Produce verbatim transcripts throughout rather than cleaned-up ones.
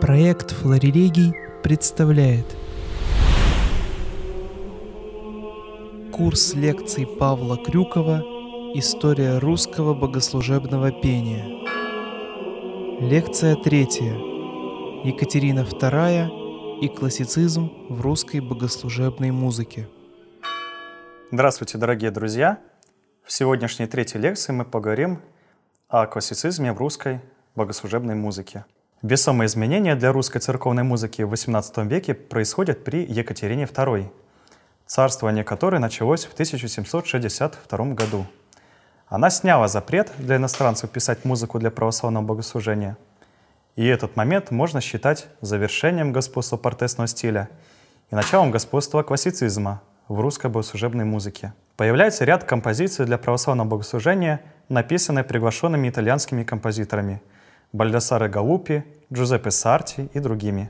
Проект «Флорелегий» представляет курс лекций Павла Крюкова «История русского богослужебного пения». Лекция третья. Екатерина вторая и классицизм в русской богослужебной музыке. Здравствуйте, дорогие друзья! В сегодняшней третьей лекции мы поговорим о классицизме в русской богослужебной музыке. Весомые изменения для русской церковной музыки в восемнадцатом веке происходят при Екатерине второй, царствование которой началось в тысяча семьсот шестьдесят втором году. Она сняла запрет для иностранцев писать музыку для православного богослужения, и этот момент можно считать завершением господства портесного стиля и началом господства классицизма в русской богослужебной музыке. Появляется ряд композиций для православного богослужения, написанные приглашенными итальянскими композиторами Бальдасаре Галуппи, Джузеппе Сарти и другими.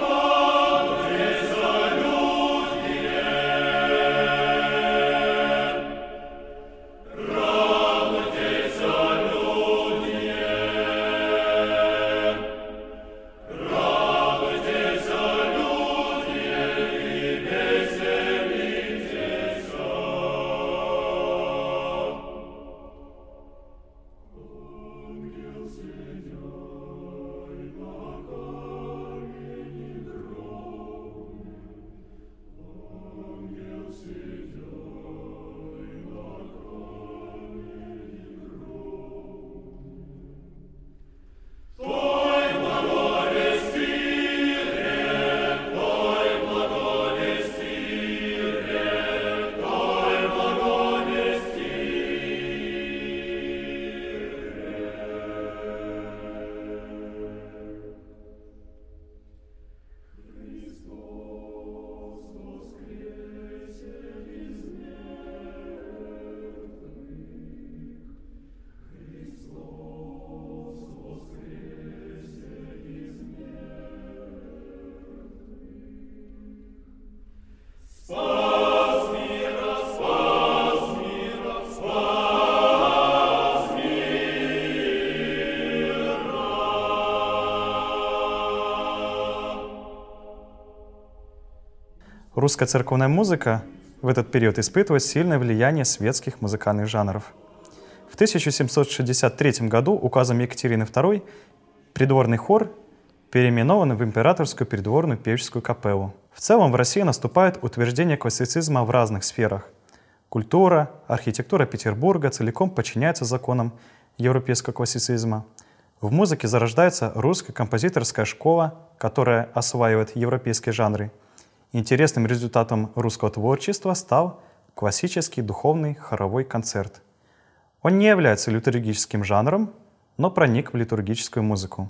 Русская церковная музыка в этот период испытывает сильное влияние светских музыкальных жанров. В тысяча семьсот шестьдесят третьем году указом Екатерины второй придворный хор переименован в императорскую придворную певческую капеллу. В целом в России наступает утверждение классицизма в разных сферах. Культура, архитектура Петербурга целиком подчиняется законам европейского классицизма. В музыке зарождается русская композиторская школа, которая осваивает европейские жанры. Интересным результатом русского творчества стал классический духовный хоровой концерт. Он не является литургическим жанром, но проник в литургическую музыку.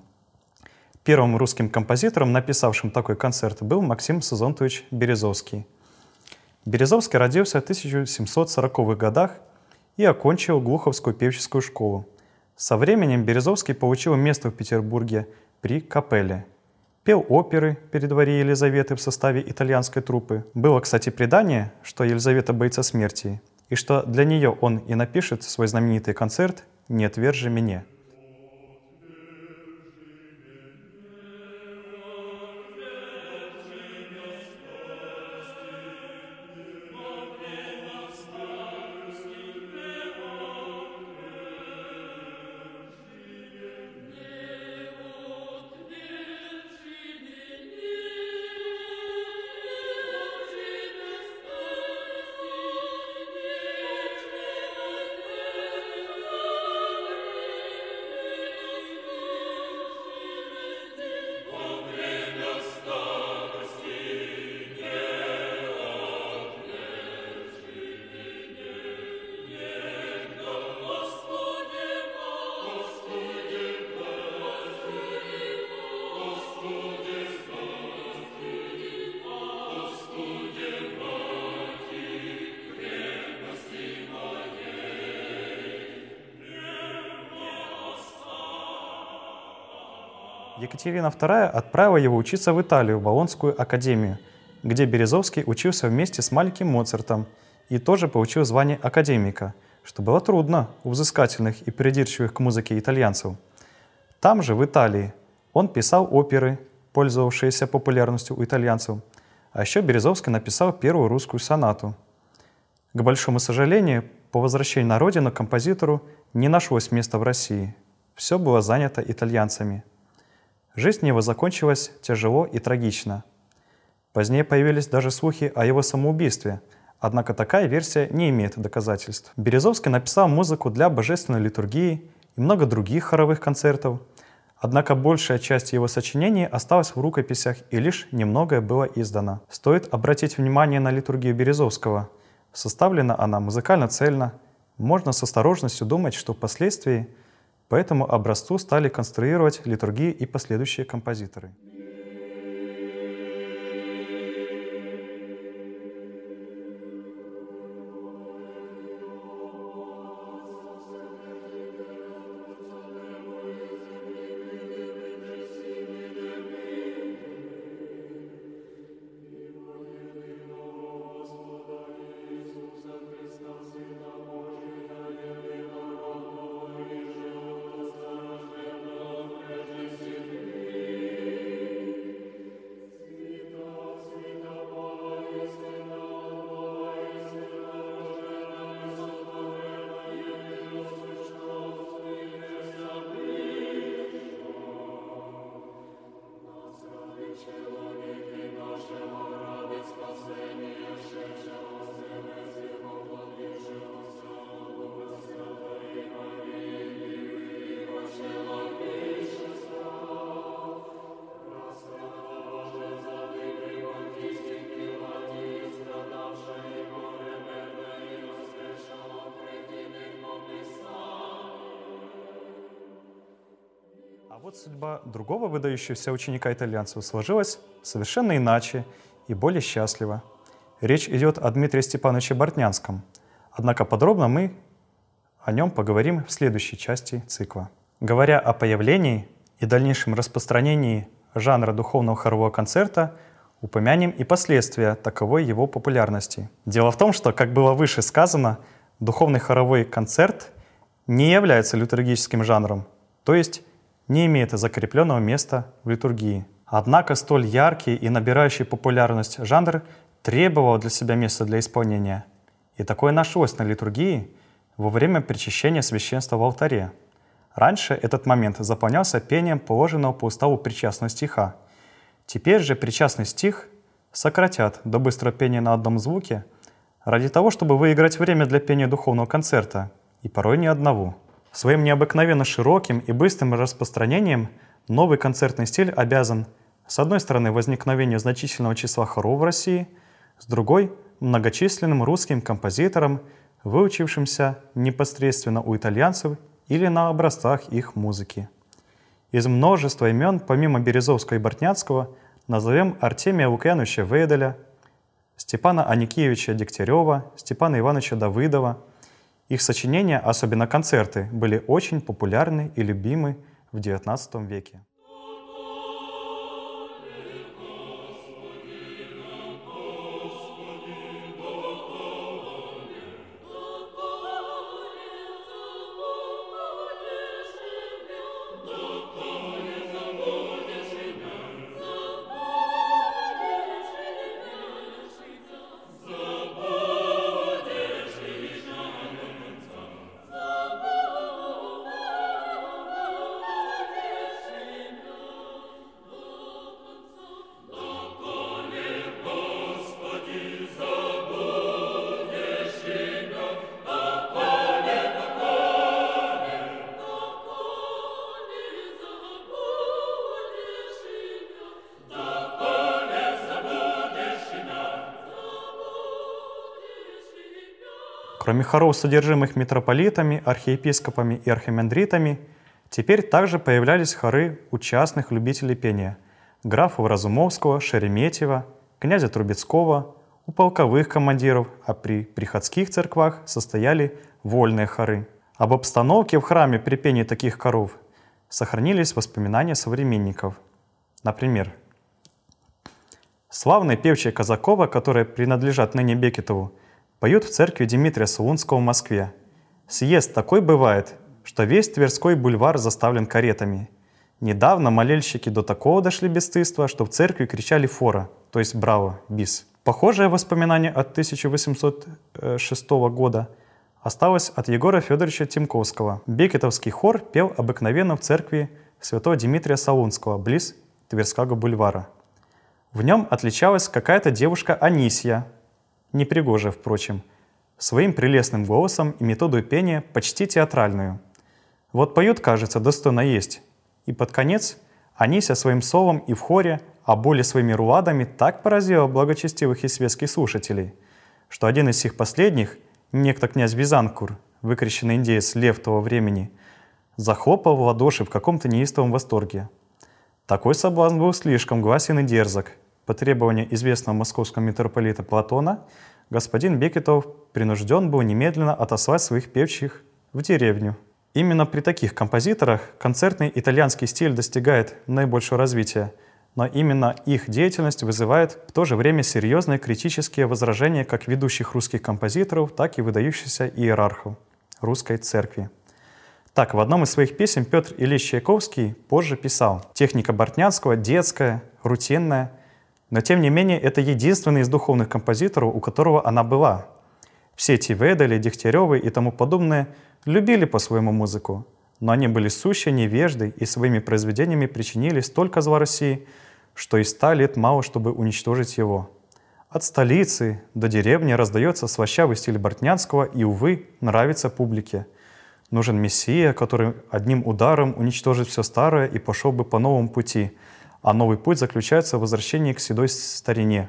Первым русским композитором, написавшим такой концерт, был Максим Сазонтович Березовский. Березовский родился в тысяча семьсот сороковых годах и окончил Глуховскую певческую школу. Со временем Березовский получил место в Петербурге при капелле. Пел оперы при дворе Елизаветы в составе итальянской труппы. Было, кстати, предание, что Елизавета боится смерти, и что для нее он и напишет свой знаменитый концерт «Не отвержи меня». Екатерина вторая отправила его учиться в Италию, в Болонскую академию, где Березовский учился вместе с маленьким Моцартом и тоже получил звание академика, что было трудно у взыскательных и придирчивых к музыке итальянцев. Там же, в Италии, он писал оперы пользовавшиеся популярностью у итальянцев. А еще Березовский написал первую русскую сонату. К большому сожалению, по возвращению на родину композитору не нашлось места в России. Все было занято итальянцами. Жизнь его закончилась тяжело и трагично. Позднее появились даже слухи о его самоубийстве, однако такая версия не имеет доказательств. Березовский написал музыку для божественной литургии и много других хоровых концертов, однако большая часть его сочинений осталась в рукописях и лишь немногое было издано. Стоит обратить внимание на литургию Березовского. Составлена она музыкально цельно. Можно с осторожностью думать, что впоследствии по этому образцу стали конструировать литургии и последующие композиторы. А вот судьба другого выдающегося ученика итальянцев сложилась совершенно иначе и более счастливо. Речь идет о Дмитрии Степановиче Бортнянском. Однако подробно мы о нем поговорим в следующей части цикла. Говоря о появлении и дальнейшем распространении жанра духовного хорового концерта, упомянем и последствия таковой его популярности. Дело в том, что, как было выше сказано, духовный хоровой концерт не является литургическим жанром, то есть не имеет закрепленного места в литургии. Однако столь яркий и набирающий популярность жанр требовал для себя места для исполнения. И такое нашлось на литургии во время причащения священства в алтаре. Раньше этот момент заполнялся пением положенного по уставу причастного стиха. Теперь же причастный стих сократят до быстрого пения на одном звуке ради того, чтобы выиграть время для пения духовного концерта, и порой не одного. Своим необыкновенно широким и быстрым распространением новый концертный стиль обязан, с одной стороны, возникновению значительного числа хоров в России, с другой – многочисленным русским композиторам, выучившимся непосредственно у итальянцев или на образцах их музыки. Из множества имен, помимо Березовского и Бортнянского, назовем Артемия Лукьяновича Вейделя, Степана Аникеевича Дегтярева, Степана Ивановича Давыдова. Их сочинения, особенно концерты, были очень популярны и любимы в девятнадцатом веке. Кроме хоров, содержимых митрополитами, архиепископами и архимандритами, теперь также появлялись хоры у частных любителей пения – графов Разумовского, Шереметьева, князя Трубецкого, у полковых командиров, а при приходских церквах состояли вольные хоры. Об обстановке в храме при пении таких хоров сохранились воспоминания современников. Например, славные певчие Казакова, которые принадлежат ныне Бекетову, поют в церкви Дмитрия Солунского в Москве. Съезд такой бывает, что весь Тверской бульвар заставлен каретами. Недавно молельщики до такого дошли бесстыдства, что в церкви кричали «фора», то есть «браво», «бис». Похожее воспоминание от тысяча восемьсот шестого года осталось от Егора Федоровича Тимковского. Бекетовский хор пел обыкновенно в церкви святого Дмитрия Солунского, близ Тверского бульвара. В нем отличалась какая-то девушка Анисья, непригожая, впрочем, своим прелестным голосом и методой пения почти театральную. Вот поют, кажется, достойно есть. И под конец Анися своим солом и в хоре, а более своими руладами так поразила благочестивых и светских слушателей, что один из сих последних, некто князь Визанкур, выкрещенный индеец лев того времени, захлопал в ладоши в каком-то неистовом восторге. Такой соблазн был слишком гласен и дерзок. По требованию известного московского митрополита Платона, господин Бекетов принужден был немедленно отослать своих певчих в деревню. Именно при таких композиторах концертный итальянский стиль достигает наибольшего развития, но именно их деятельность вызывает в то же время серьезные критические возражения как ведущих русских композиторов, так и выдающихся иерархов русской церкви. Так, в одном из своих песен Петр Ильич Чайковский позже писал: «Техника Бортнянского детская, рутинная, но тем не менее это единственный из духовных композиторов, у которого она была. Все эти Ведали, Дегтяревы и тому подобное любили по-своему музыку, но они были сущие невежды и своими произведениями причинили столько зла России, что и ста лет мало, чтобы уничтожить его. От столицы до деревни раздается слащавый стиль Бортнянского и, увы, нравится публике. Нужен мессия, который одним ударом уничтожит все старое и пошел бы по новому пути, а новый путь заключается в возвращении к седой старине.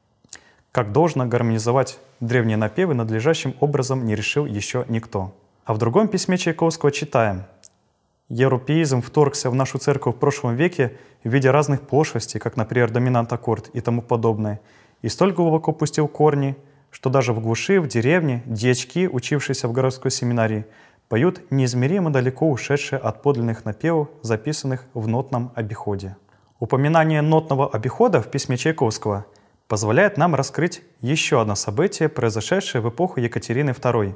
Как должно гармонизовать древние напевы надлежащим образом не решил еще никто». А в другом письме Чайковского читаем: «Европеизм вторгся в нашу церковь в прошлом веке в виде разных пошлостей, как, например, доминант-аккорд и тому подобное, и столь глубоко пустил корни, что даже в глуши, в деревне, дьячки, учившиеся в городской семинарии, поют неизмеримо далеко ушедшие от подлинных напевов, записанных в нотном обиходе». Упоминание нотного обихода в письме Чайковского позволяет нам раскрыть еще одно событие, произошедшее в эпоху Екатерины второй.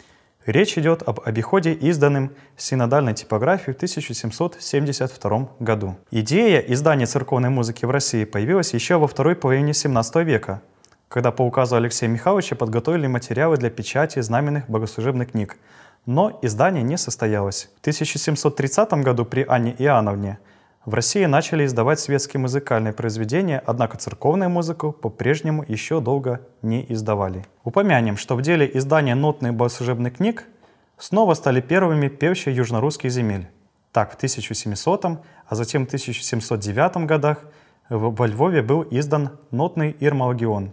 Речь идет об обиходе, изданном синодальной типографией в тысяча семьсот семьдесят втором году. Идея издания церковной музыки в России появилась еще во второй половине семнадцатого века, когда по указу Алексея Михайловича подготовили материалы для печати знаменных богослужебных книг, но издание не состоялось. В тысяча семьсот тридцатом году при Анне Иоанновне в России начали издавать светские музыкальные произведения, однако церковную музыку по-прежнему еще долго не издавали. Упомянем, что в деле издания нотных богослужебных книг снова стали первыми певчие южнорусских земель. Так, в тысяча семисотом, а затем в тысяча семьсот девятом годах во Львове был издан нотный ирмологион.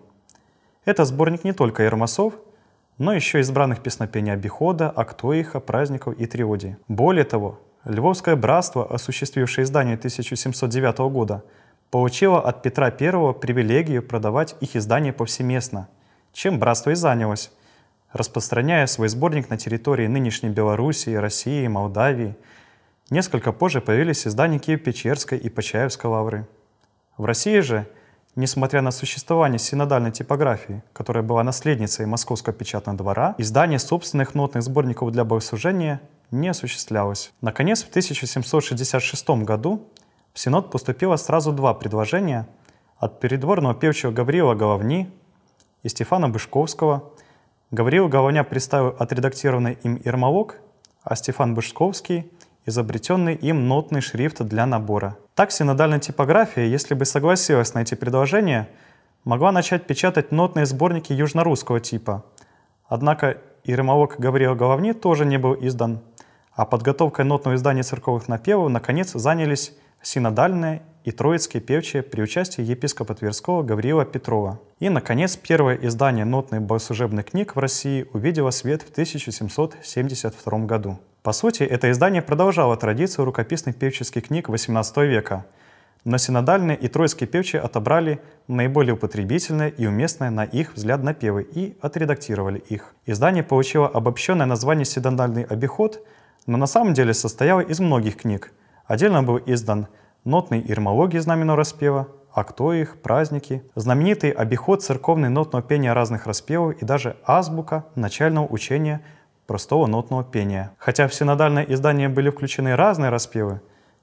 Это сборник не только ирмасов, но еще избранных песнопений обихода, актоиха, праздников и триодий. Более того, Львовское братство, осуществившее издание тысяча семьсот девятого года, получило от Петра Первого привилегию продавать их издание повсеместно, чем братство и занялось, распространяя свой сборник на территории нынешней Белоруссии, России, Молдавии. Несколько позже появились издания Киево-Печерской и Почаевской лавры. В России же, несмотря на существование синодальной типографии, которая была наследницей Московского печатного двора, издание собственных нотных сборников для богослужения не осуществлялось. Наконец, в тысяча семьсот шестьдесят шестом году в Синод поступило сразу два предложения от придворного певчего Гавриила Головни и Стефана Бышковского. Гавриил Головня представил отредактированный им ирмолог, а Стефан Бышковский – изобретенный им нотный шрифт для набора. Так синодальная типография, если бы согласилась на эти предложения, могла начать печатать нотные сборники южнорусского типа. Однако ирмолог Гавриила Головни тоже не был издан, а подготовкой нотного издания церковных напевов наконец занялись синодальные и троицкие певчие при участии епископа Тверского Гавриила Петрова. И, наконец, первое издание нотных богослужебных книг в России увидело свет в тысяча семьсот семьдесят втором году. По сути, это издание продолжало традицию рукописных певческих книг восемнадцатого века, но синодальные и троицкие певчие отобрали наиболее употребительные и уместные на их взгляд напевы и отредактировали их. Издание получило обобщенное название «Синодальный обиход», но на самом деле состояло из многих книг. Отдельно был издан нотный ирмологий знаменного распева, актоих, праздники, знаменитый обиход церковный нотного пения разных распевов и даже азбука начального учения простого нотного пения. Хотя в синодальное издание были включены разные распевы, к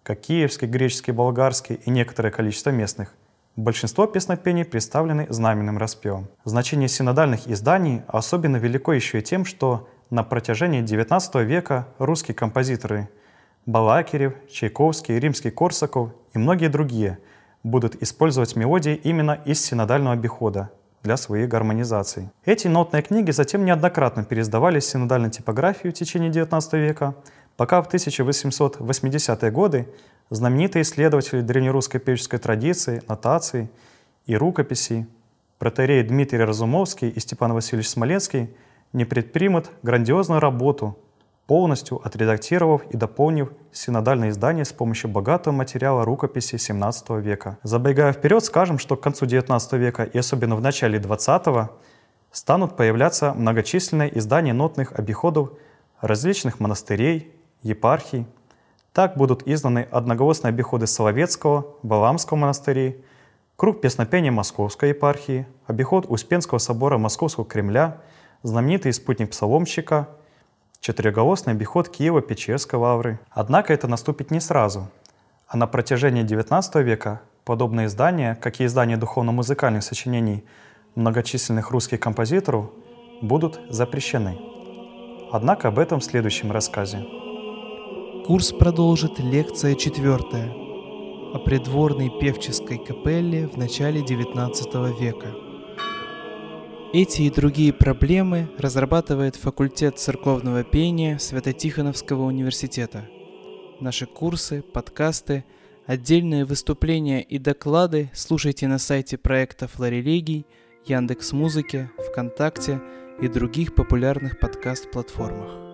как киевский, греческий, болгарский и некоторое количество местных, большинство песнопений представлены знаменным распевом. Значение синодальных изданий особенно велико еще и тем, что на протяжении девятнадцатого века русские композиторы Балакирев, Чайковский, Римский-Корсаков и многие другие будут использовать мелодии именно из синодального обихода для своих гармонизаций. Эти нотные книги затем неоднократно переиздавались в синодальной типографии в течение девятнадцатого века, пока в тысяча восемьсот восьмидесятые годы знаменитые исследователи древнерусской певческой традиции, нотации и рукописей протоиерей Дмитрий Разумовский и Степан Васильевич Смоленский не предпримут грандиозную работу, полностью отредактировав и дополнив синодальное издание с помощью богатого материала рукописи семнадцатого века. Забегая вперед, скажем, что к концу девятнадцатого века и особенно в начале двадцатого станут появляться многочисленные издания нотных обиходов различных монастырей, епархий. Так будут изданы одноголосные обиходы Соловецкого, Валаамского монастырей, круг песнопения Московской епархии, обиход Успенского собора Московского Кремля, знаменитый спутник псаломщика, четырехголосный обиход Киево-Печерской лавры. Однако это наступит не сразу, а на протяжении девятнадцатого века подобные издания, как и издания духовно-музыкальных сочинений многочисленных русских композиторов, будут запрещены. Однако об этом в следующем рассказе. Курс продолжит лекция четвертая о придворной певческой капелле в начале девятнадцатого века. Эти и другие проблемы разрабатывает факультет церковного пения Свято-Тихоновского университета. Наши курсы, подкасты, отдельные выступления и доклады слушайте на сайте проекта Флорелегий, Яндекс.Музыке, ВКонтакте и других популярных подкаст-платформах.